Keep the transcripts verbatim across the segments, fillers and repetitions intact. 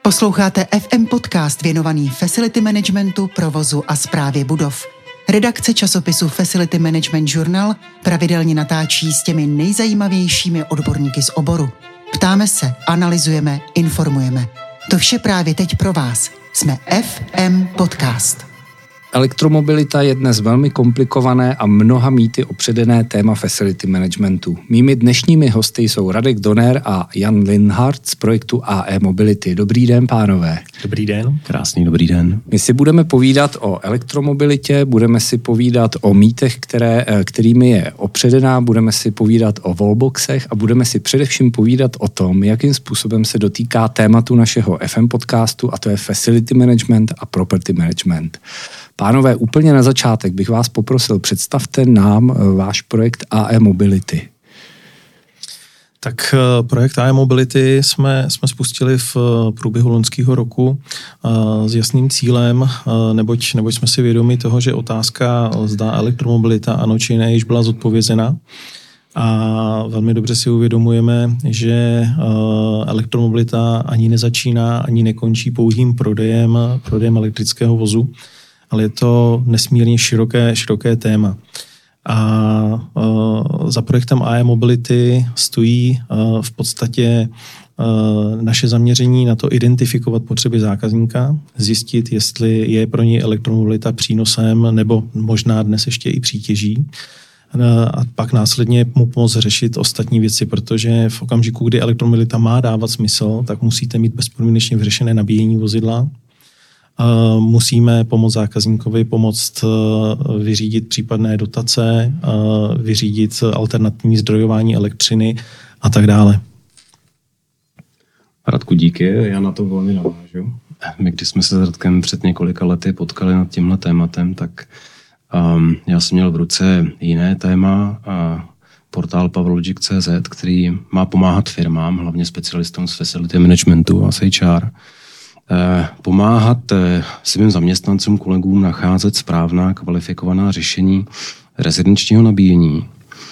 Posloucháte F M podcast věnovaný facility managementu, provozu a správě budov. Redakce časopisu Facility Management Journal pravidelně natáčí s těmi nejzajímavějšími odborníky z oboru. Ptáme se, analyzujeme, informujeme. To vše právě teď pro vás. Jsme F M Podcast. Elektromobilita je dnes velmi komplikované a mnoha mýty opředené téma facility managementu. Mými dnešními hosty jsou Radek Doner a Jan Linhardt z projektu A E Mobility. Dobrý den, pánové. Dobrý den. Krásný dobrý den. My si budeme povídat o elektromobilitě, budeme si povídat o mýtech, které, kterými je opředená, budeme si povídat o wallboxech a budeme si především povídat o tom, jakým způsobem se dotýká tématu našeho F M podcastu, a to je facility management a property management. Pánové, úplně na začátek bych vás poprosil, představte nám váš projekt A E Mobility. Tak projekt A E Mobility jsme, jsme spustili v průběhu loňského roku s jasným cílem, neboť, neboť jsme si vědomi toho, že otázka, zda elektromobilita ano či ne, již byla zodpovězena. A velmi dobře si uvědomujeme, že elektromobilita ani nezačíná, ani nekončí pouhým prodejem, prodejem elektrického vozu, ale je to nesmírně široké, široké téma. A uh, za projektem A E Mobility stojí uh, v podstatě uh, naše zaměření na to identifikovat potřeby zákazníka, zjistit, jestli je pro něj elektromobilita přínosem nebo možná dnes ještě i přítěží. A pak následně mu pomoct řešit ostatní věci, protože v okamžiku, kdy elektromobilita má dávat smysl, tak musíte mít bezpodmínečně vyřešené nabíjení vozidla. Uh, musíme pomoct zákazníkovi, pomoct uh, vyřídit případné dotace, uh, vyřídit alternativní zdrojování elektřiny a tak dále. Radku, díky, já na to velmi navážu. My, když jsme se s Radkem před několika lety potkali nad tímhle tématem, tak um, já jsem měl v ruce jiné téma, uh, portál Powerlogic tečka cé zet, který má pomáhat firmám, hlavně specialistům z facility managementu a z H R, pomáhat svým zaměstnancům, kolegům nacházet správná, kvalifikovaná řešení rezidenčního nabíjení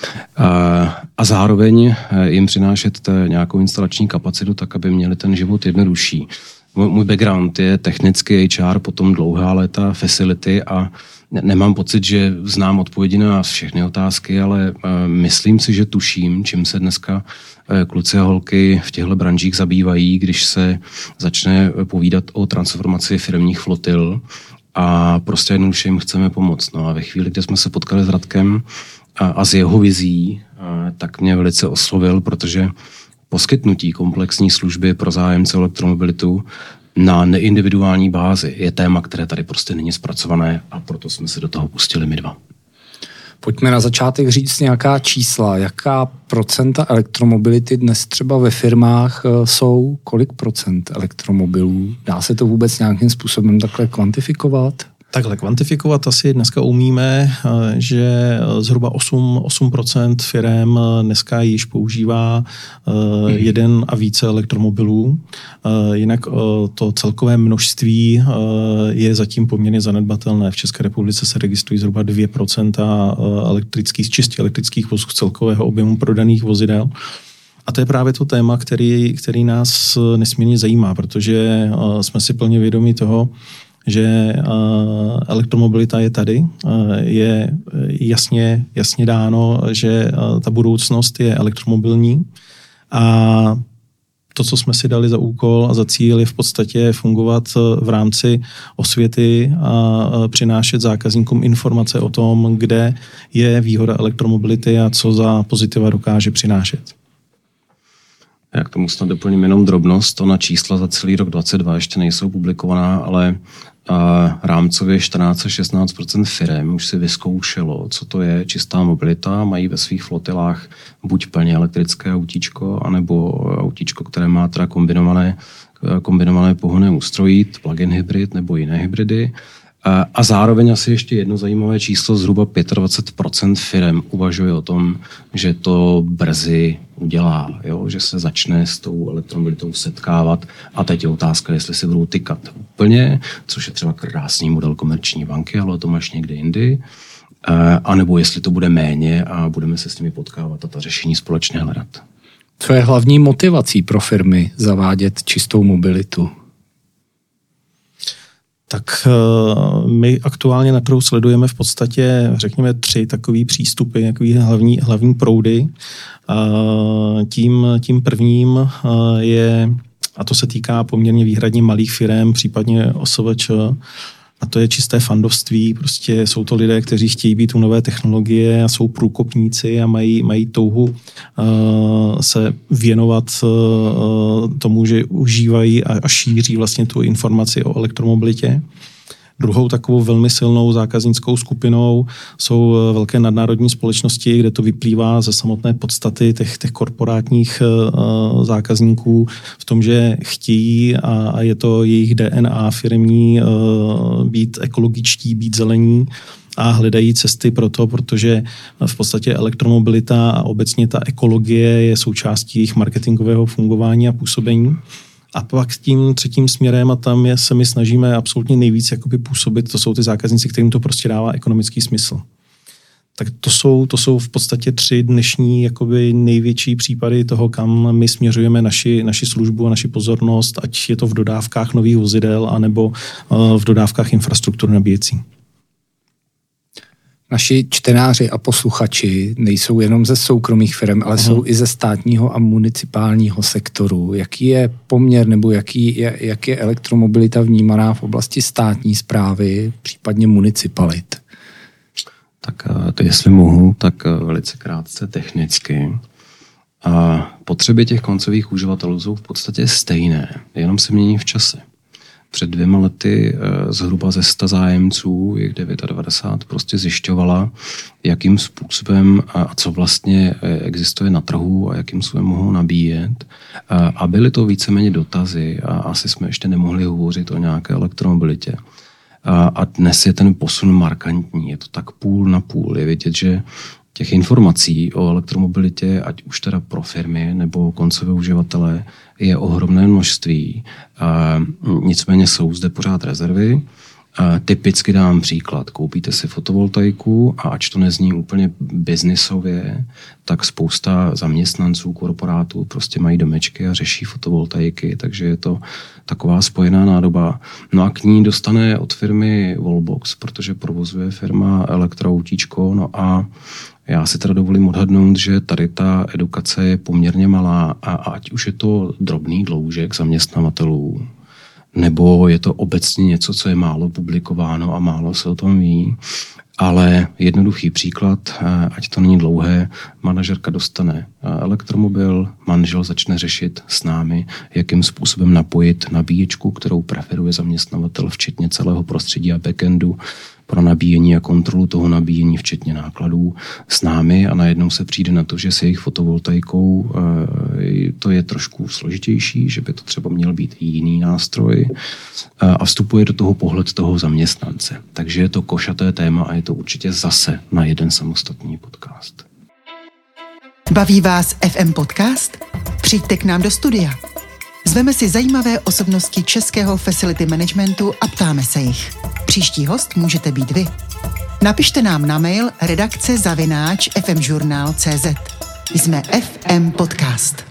a zároveň jim přinášet nějakou instalační kapacitu tak, aby měli ten život jednodušší. Můj background je technicky H R, potom dlouhá léta facility a nemám pocit, že znám odpovědi na všechny otázky, ale myslím si, že tuším, čím se dneska kluci a holky v těchto branžích zabývají, když se začne povídat o transformaci firemních flotil a prostě jednoduše jim chceme pomoct. No a ve chvíli, kdy jsme se potkali s Radkem a, a s jeho vizí, a, tak mě velice oslovil, protože poskytnutí komplexní služby pro zájemce elektromobilitu na neindividuální bázi je téma, které tady prostě není zpracované a proto jsme se do toho pustili my dva. Pojďme na začátek říct nějaká čísla. Jaká procenta elektromobility dnes třeba ve firmách jsou? Kolik procent elektromobilů? Dá se to vůbec nějakým způsobem takhle kvantifikovat? Takhle kvantifikovat asi dneska umíme, že zhruba osm procent firem dneska již používá jeden a více elektromobilů. Jinak to celkové množství je zatím poměrně zanedbatelné. V České republice se registrují zhruba dvě procenta elektrických, čistě elektrických vozů z celkového objemu prodaných vozidel. A to je právě to téma, který, který nás nesmírně zajímá, protože jsme si plně vědomi toho, že uh, elektromobilita je tady, uh, je jasně, jasně dáno, že uh, ta budoucnost je elektromobilní a to, co jsme si dali za úkol a za cíl, je v podstatě fungovat v rámci osvěty a přinášet zákazníkům informace o tom, kde je výhoda elektromobility a co za pozitiva dokáže přinášet. Já k tomu snad doplním jenom drobnost. Ona čísla za celý rok dvacet dva ještě nejsou publikovaná, ale a rámcově čtrnáct až šestnáct procent firem už si vyzkoušelo, co to je čistá mobilita. Mají ve svých flotilách buď plně elektrické autíčko, anebo autíčko, které má teda kombinované, kombinované pohonné ústrojí, plug-in hybrid nebo jiné hybridy. A zároveň asi ještě jedno zajímavé číslo, zhruba dvacet pět procent firem uvažuje o tom, že to brzy udělá, jo? Že se začne s tou elektromobilitou setkávat a teď je otázka, jestli si budou tykat úplně, což je třeba krásný model komerční banky, ale to máš někde jindy, a nebo jestli to bude méně a budeme se s nimi potkávat a ta řešení společně hledat. Co je hlavní motivací pro firmy zavádět čistou mobilitu? tak my aktuálně na trhu sledujeme v podstatě, řekněme, tři takové přístupy, takový hlavní, hlavní proudy. Tím, tím prvním je, a to se týká poměrně výhradně malých firem, případně O S V Č, a to je čisté fandovství. Prostě jsou to lidé, kteří chtějí být u nové technologie a jsou průkopníci a mají, mají touhu uh, se věnovat uh, tomu, že užívají a, a šíří vlastně tu informaci o elektromobilitě. Druhou takovou velmi silnou zákaznickou skupinou jsou velké nadnárodní společnosti, kde to vyplývá ze samotné podstaty těch, těch korporátních uh, zákazníků v tom, že chtějí a, a je to jejich D N A firmní uh, být ekologičtí, být zelení a hledají cesty pro to, protože v podstatě elektromobilita a obecně ta ekologie je součástí jejich marketingového fungování a působení. A pak tím třetím směrem, a tam je, se my snažíme absolutně nejvíc jakoby působit, to jsou ty zákazníci, kterým to prostě dává ekonomický smysl. Tak to jsou, to jsou v podstatě tři dnešní jakoby největší případy toho, kam my směřujeme naši, naši službu a naši pozornost, ať je to v dodávkách nových vozidel, anebo uh, v dodávkách infrastruktury nabíjecí. Naši čtenáři a posluchači nejsou jenom ze soukromých firm, ale Aha. jsou i ze státního a municipálního sektoru. Jaký je poměr nebo jaký je, jak je elektromobilita vnímaná v oblasti státní správy, případně municipalit? Tak to jestli mohu, tak velice krátce technicky. A potřeby těch koncových uživatelů jsou v podstatě stejné, jenom se mění v čase. Před dvěma lety zhruba ze sta zájemců, jich devadesát devět, prostě zjišťovala, jakým způsobem a co vlastně existuje na trhu a jakým způsobem mohou nabíjet. A byly to víceméně dotazy a asi jsme ještě nemohli hovořit o nějaké elektromobilitě. A dnes je ten posun markantní, je to tak půl na půl. Je vidět, že těch informací o elektromobilitě, ať už teda pro firmy nebo koncové uživatele, je ohromné množství. A nicméně jsou zde pořád rezervy. A typicky dám příklad. Koupíte si fotovoltaiku a ač to nezní úplně biznisově, tak spousta zaměstnanců, korporátů prostě mají domečky a řeší fotovoltaiky, takže je to taková spojená nádoba. No a k ní dostane od firmy Wallbox, protože provozuje firma elektroutíčko, no a já si teda dovolím odhadnout, že tady ta edukace je poměrně malá a ať už je to drobný dloužek zaměstnavatelů, nebo je to obecně něco, co je málo publikováno a málo se o tom ví. Ale jednoduchý příklad, ať to není dlouhé, manažerka dostane elektromobil, manžel začne řešit s námi, jakým způsobem napojit nabíječku, kterou preferuje zaměstnavatel, včetně celého prostředí a backendu pro nabíjení a kontrolu toho nabíjení, včetně nákladů s námi, a najednou se přijde na to, že s jejich fotovoltaikou to je trošku složitější, že by to třeba měl být jiný nástroj, a vstupuje do toho pohled toho zaměstnance. Takže je to košaté téma a je to určitě zase na jeden samostatný podcast. Baví vás F M Podcast? Přijďte k nám do studia. Zveme si zajímavé osobnosti českého facility managementu a ptáme se jich. Příští host můžete být vy. Napište nám na mail redakce zavináč fmjournal tečka cz. Jsme F M Podcast.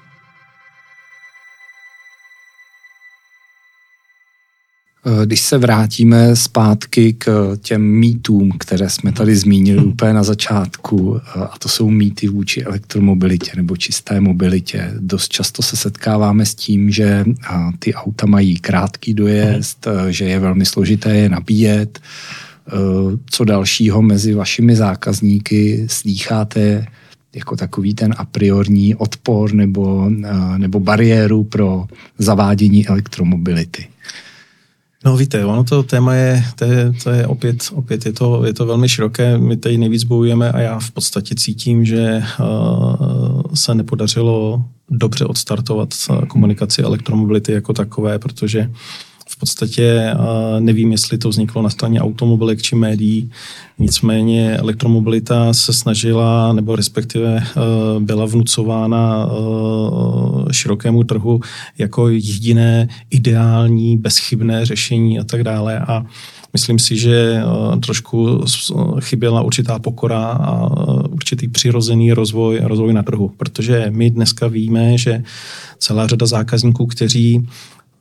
Když se vrátíme zpátky k těm mýtům, které jsme tady zmínili úplně na začátku, a to jsou mýty vůči elektromobilitě nebo čisté mobilitě. Dost často se setkáváme s tím, že ty auta mají krátký dojezd, že je velmi složité je nabíjet. Co dalšího mezi vašimi zákazníky slýcháte jako takový ten a priorní odpor nebo, nebo bariéru pro zavádění elektromobility? No víte, ono to téma je, to je, to je opět, opět je to, je to velmi široké, my tady nejvíc bojujeme a já v podstatě cítím, že uh, se nepodařilo dobře odstartovat komunikaci elektromobility jako takové, protože v podstatě uh, nevím, jestli to vzniklo na straně automobilek či médií, nicméně elektromobilita se snažila, nebo respektive uh, byla vnucována uh, širokému trhu jako jediné ideální, bezchybné řešení a tak dále, a myslím si, že uh, trošku chyběla určitá pokora a uh, určitý přirozený rozvoj, rozvoj na trhu, protože my dneska víme, že celá řada zákazníků, kteří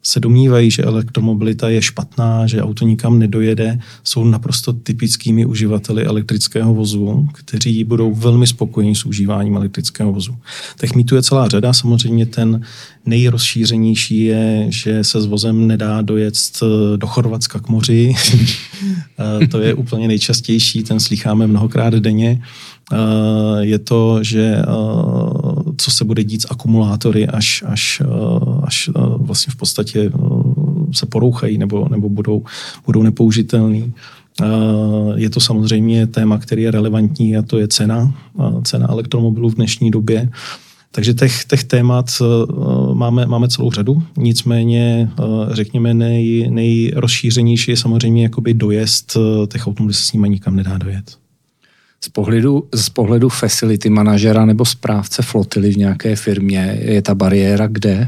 se domnívají, že elektromobilita je špatná, že auto nikam nedojede, jsou naprosto typickými uživateli elektrického vozu, kteří budou velmi spokojení s užíváním elektrického vozu. Těch mýtů je celá řada, samozřejmě ten nejrozšířenější je, že se s vozem nedá dojet do Chorvatska k moři. To je úplně nejčastější, ten slýcháme mnohokrát denně. Je to, že co se bude dít s akumulátory, až, až, až vlastně v podstatě se porouchají nebo, nebo budou, budou nepoužitelný. Je to samozřejmě téma, který je relevantní, a to je cena, cena elektromobilů v dnešní době. Takže těch, těch témat máme, máme celou řadu, nicméně řekněme nej, nejrozšířenější je samozřejmě jakoby dojezd těch automobilů, se s nimi nikam nedá dojet. Z pohledu, z pohledu facility manažera nebo správce flotily v nějaké firmě je ta bariéra kde?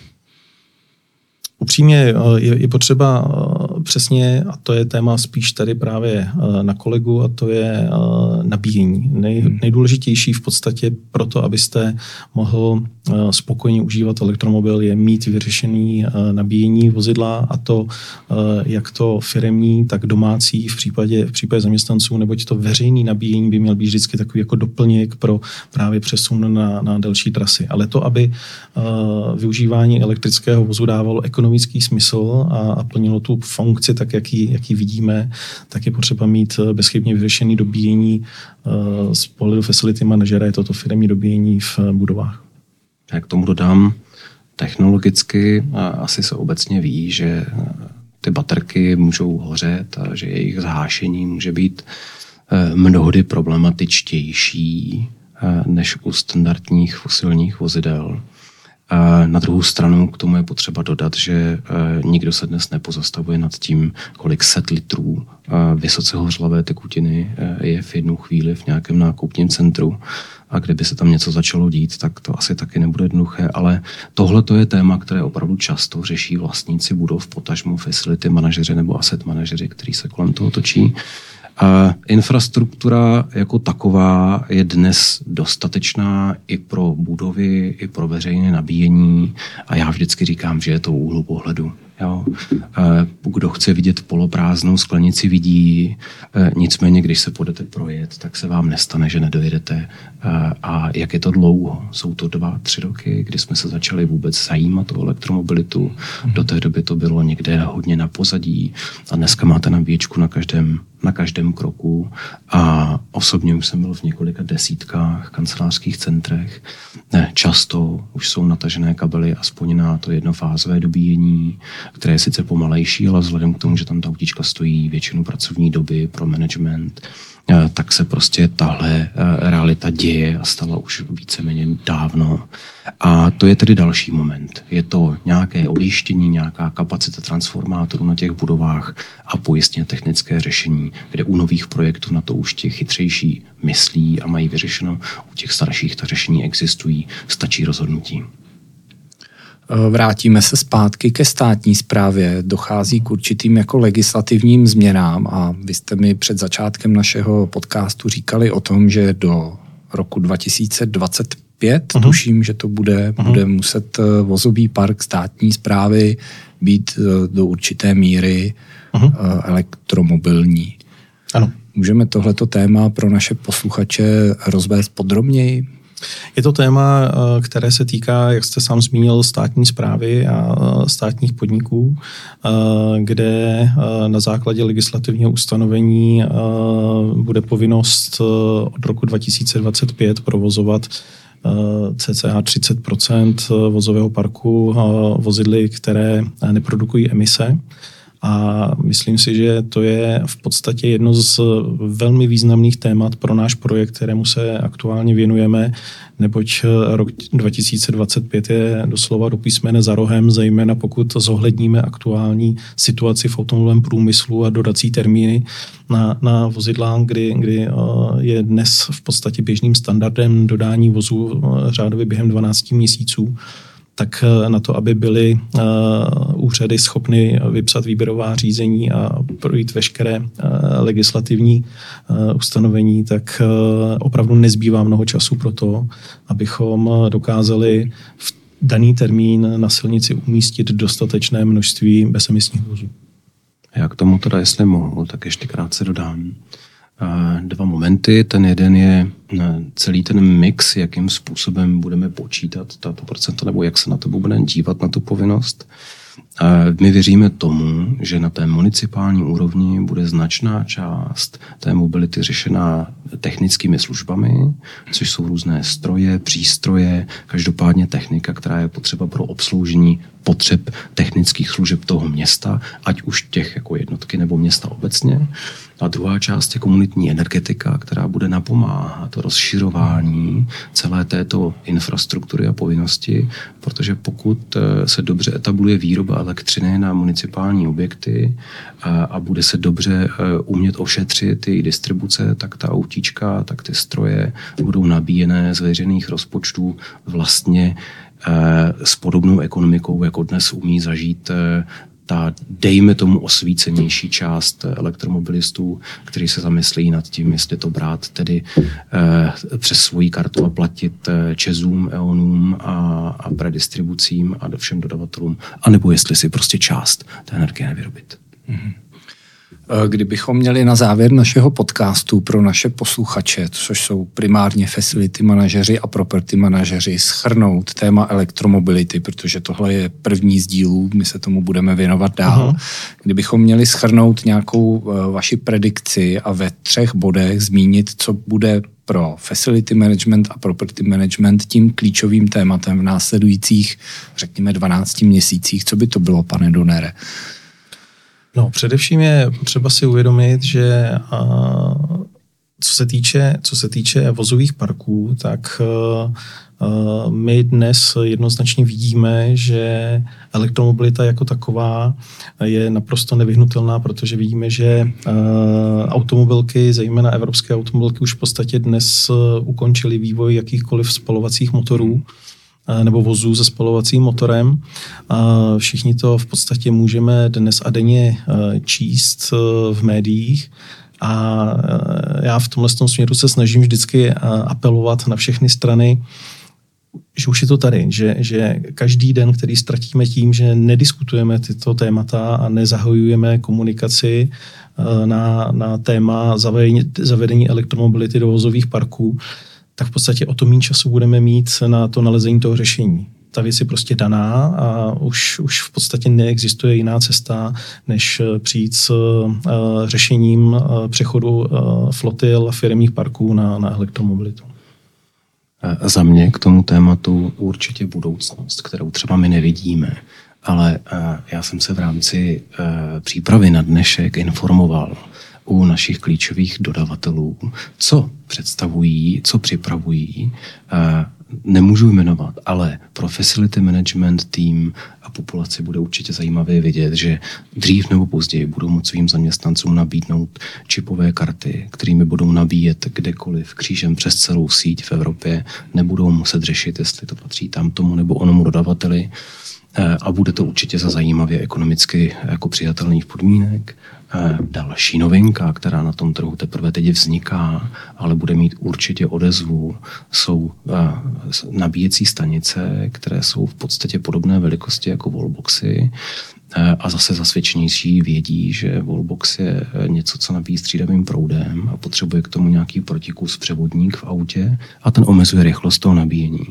Upřímně je, je potřeba přesně, a to je téma spíš tady právě na kolegu, a to je nabíjení. Nej, nejdůležitější v podstatě pro to, abyste mohl spokojně užívat elektromobil, je mít vyřešený nabíjení vozidla, a to jak to firemní, tak domácí v případě, v případě zaměstnanců, neboť to veřejný nabíjení by měl být vždycky takový jako doplněk pro právě přesun na, na delší trasy. Ale to, aby využívání elektrického vozu dávalo ekonomický smysl a, a plnilo tu funkci tak, jak ji, jak ji vidíme, tak je potřeba mít bezchybně vyřešený dobíjení. Z pohledu facility manažera je toto firemní dobíjení v budovách. Já k tomu dodám, technologicky asi se obecně ví, že ty baterky můžou hořet a že jejich zhášení může být mnohdy problematičtější než u standardních fosilních vozidel. Na druhou stranu k tomu je potřeba dodat, že nikdo se dnes nepozastavuje nad tím, kolik set litrů vysoce hořlavé tekutiny je v jednu chvíli v nějakém nákupním centru. A kdyby se tam něco začalo dít, tak to asi taky nebude jednoduché, ale tohle to je téma, které opravdu často řeší vlastníci budov, potažmo facility manažeři nebo asset manažeři, který se kolem toho točí. A infrastruktura jako taková je dnes dostatečná i pro budovy, i pro veřejné nabíjení, a já vždycky říkám, že je to úhlu pohledu. Jo. Kdo chce vidět poloprázdnou sklenici, vidí, nicméně když se půjdete projet, tak se vám nestane, že nedojedete. A jak je to dlouho? Jsou to dva, tři roky, kdy jsme se začali vůbec zajímat o elektromobilitu. Do té doby to bylo někde hodně na pozadí a dneska máte nabíječku na každém, na každém kroku, a osobně už jsem byl v několika desítkách kancelářských centrech. Často už jsou natažené kabely aspoň na to jednofázové dobíjení, které je sice pomalejší, ale vzhledem k tomu, že tam ta autíčka stojí většinu pracovní doby pro management, tak se prostě tahle realita děje a stala už víceméně dávno. A to je tedy další moment. Je to nějaké odjištění, nějaká kapacita transformátorů na těch budovách a pojistně technické řešení, kde u nových projektů na to už ti chytřejší myslí a mají vyřešeno. U těch starších ta řešení existují, stačí rozhodnutí. Vrátíme se zpátky ke státní správě. Dochází k určitým jako legislativním změnám a vy jste mi před začátkem našeho podcastu říkali o tom, že do roku dva tisíce dvacet pět, uh-huh. tuším, že to bude, uh-huh. bude muset vozový park státní správy být do určité míry uh-huh. elektromobilní. Ano. Můžeme tohleto téma pro naše posluchače rozvést podrobněji? Je to téma, které se týká, jak jste sám zmínil, státní správy a státních podniků, kde na základě legislativního ustanovení bude povinnost od roku dva tisíce dvacet pět provozovat cca třicet procent vozového parku vozidly, které neprodukují emise. A myslím si, že to je v podstatě jedno z velmi významných témat pro náš projekt, kterému se aktuálně věnujeme, neboť rok dva tisíce dvacet pět je doslova do písmene za rohem, zejména pokud zohledníme aktuální situaci v automobilovém průmyslu a dodací termíny na, na vozidla, kdy, kdy je dnes v podstatě běžným standardem dodání vozů řádově během dvanácti měsíců. Tak na to, aby byly uh, úřady schopny vypsat výběrová řízení a projít veškeré uh, legislativní uh, ustanovení, tak uh, opravdu nezbývá mnoho času pro to, abychom dokázali v daný termín na silnici umístit dostatečné množství bezemisních vozů. Já k tomu teda, jestli mohu, tak ještě krátce dodám dva momenty. Ten jeden je celý ten mix, jakým způsobem budeme počítat tato procenta, nebo jak se na to budeme dívat, na tu povinnost. My věříme tomu, že na té municipální úrovni bude značná část té mobility řešená technickými službami, což jsou různé stroje, přístroje, každopádně technika, která je potřeba pro obsloužení potřeb technických služeb toho města, ať už těch jako jednotky nebo města obecně. A druhá část je komunitní energetika, která bude napomáhat rozšiřování celé této infrastruktury a povinnosti, protože pokud se dobře etabluje výroba elektřiny na municipální objekty a, a bude se dobře umět ošetřit její distribuce, tak ta autíčka, tak ty stroje budou nabíjené z veřejných rozpočtů vlastně s podobnou ekonomikou, jako dnes umí zažít ta, dejme tomu, osvícenější část elektromobilistů, kteří se zamyslí nad tím, jestli to brát tedy eh, přes svoji kartu a platit eh, ČEZům, EONům a, a predistribucím a všem dodavatelům, anebo jestli si prostě část té energie nevyrobit. Mm-hmm. Kdybychom měli na závěr našeho podcastu pro naše posluchače, což jsou primárně facility manažeři a property manažeři, shrnout téma elektromobility, protože tohle je první z dílů, my se tomu budeme věnovat dál. Uh-huh. Kdybychom měli shrnout nějakou uh, vaši predikci a ve třech bodech zmínit, co bude pro facility management a property management tím klíčovým tématem v následujících, řekněme, dvanácti měsících, co by to bylo, pane Donere? No, především je třeba si uvědomit, že a, co se týče, co se týče vozových parků, tak a, a, my dnes jednoznačně vidíme, že elektromobilita jako taková je naprosto nevyhnutelná, protože vidíme, že a, automobilky, zejména evropské automobilky, už v podstatě dnes ukončily vývoj jakýchkoliv spalovacích motorů nebo vozů se spalovacím motorem. Všichni to v podstatě můžeme dnes a denně číst v médiích a já v tomhle směru se snažím vždycky apelovat na všechny strany, že už je to tady, že, že každý den, který ztratíme tím, že nediskutujeme tyto témata a nezahajujeme komunikaci na, na téma zavedení, zavedení elektromobility do vozových parků, tak v podstatě o to méně času budeme mít na to nalezení toho řešení. Ta věc je prostě daná a už, už v podstatě neexistuje jiná cesta, než přijít s uh, řešením uh, přechodu uh, flotil a firemních parků na, na elektromobilitu. Za mě k tomu tématu určitě budoucnost, kterou třeba my nevidíme, ale uh, já jsem se v rámci uh, přípravy na dnešek informoval u našich klíčových dodavatelů, co představují, co připravují, nemůžu jmenovat, ale pro facility management tým a populaci bude určitě zajímavé vidět, že dřív nebo později budou moct svým zaměstnancům nabídnout čipové karty, kterými budou nabíjet kdekoliv křížem přes celou síť v Evropě, nebudou muset řešit, jestli to patří tam tomu nebo onomu dodavateli, a bude to určitě za zajímavě ekonomicky jako přijatelných podmínek. Další novinka, která na tom trhu teprve teď vzniká, ale bude mít určitě odezvu, jsou nabíjecí stanice, které jsou v podstatě podobné velikosti jako wallboxy a zase zasvědčenější vědí, že wallbox je něco, co nabíjí střídavým proudem a potřebuje k tomu nějaký protikus převodník v autě a ten omezuje rychlost toho nabíjení.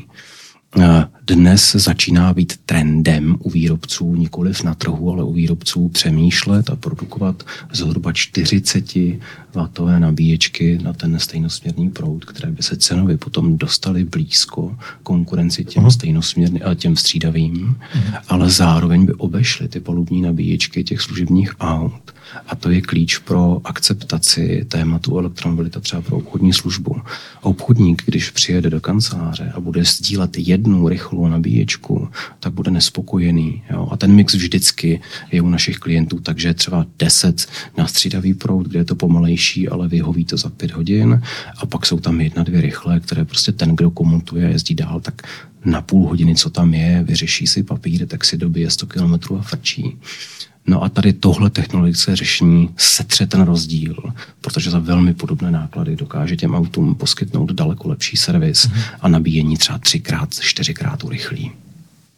Dnes začíná být trendem u výrobců, nikoliv na trhu, ale u výrobců přemýšlet a produkovat zhruba čtyřicet wattové nabíječky na ten stejnosměrný proud, které by se cenově potom dostaly blízko konkurenci těm stejnosměrným a těm střídavým, ale zároveň by obešly ty palubní nabíječky těch služebních aut. A to je klíč pro akceptaci tématu elektromobilita třeba pro obchodní službu. Obchodník, když přijede do kanceláře a bude sdílet jednu rychlou nabíječku, tak bude nespokojený. Jo? A ten mix vždycky je u našich klientů, takže třeba deset na střídavý proud, kde je to pomalejší, ale vyhoví to za pět hodin. A pak jsou tam jedna, dvě rychlé, které prostě ten, kdo komutuje a jezdí dál, tak na půl hodiny, co tam je, vyřeší si papír, tak si dobije sto kilometrů a frčí. No a tady tohle technologické řešení setře ten rozdíl, protože za velmi podobné náklady dokáže těm autům poskytnout daleko lepší servis a nabíjení třeba třikrát, čtyřikrát urychlí.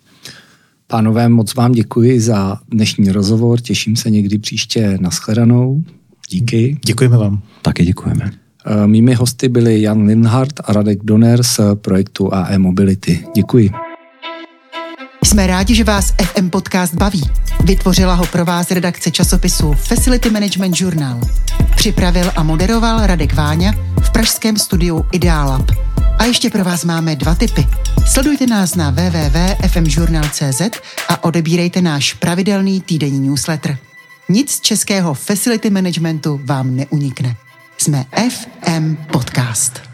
Pánové, moc vám děkuji za dnešní rozhovor, těším se někdy příště na shledanou. Díky. Děkujeme vám. Taky děkujeme. Mými hosty byli Jan Linhardt a Radek Donner z projektu A E Mobility. Děkuji. Jsme rádi, že vás F M Podcast baví. Vytvořila ho pro vás redakce časopisu Facility Management Journal. Připravil a moderoval Radek Váňa v pražském studiu Idealab. A ještě pro vás máme dva tipy. Sledujte nás na w w w tečka f m journal tečka c z a odebírejte náš pravidelný týdenní newsletter. Nic z českého facility managementu vám neunikne. Jsme F M Podcast.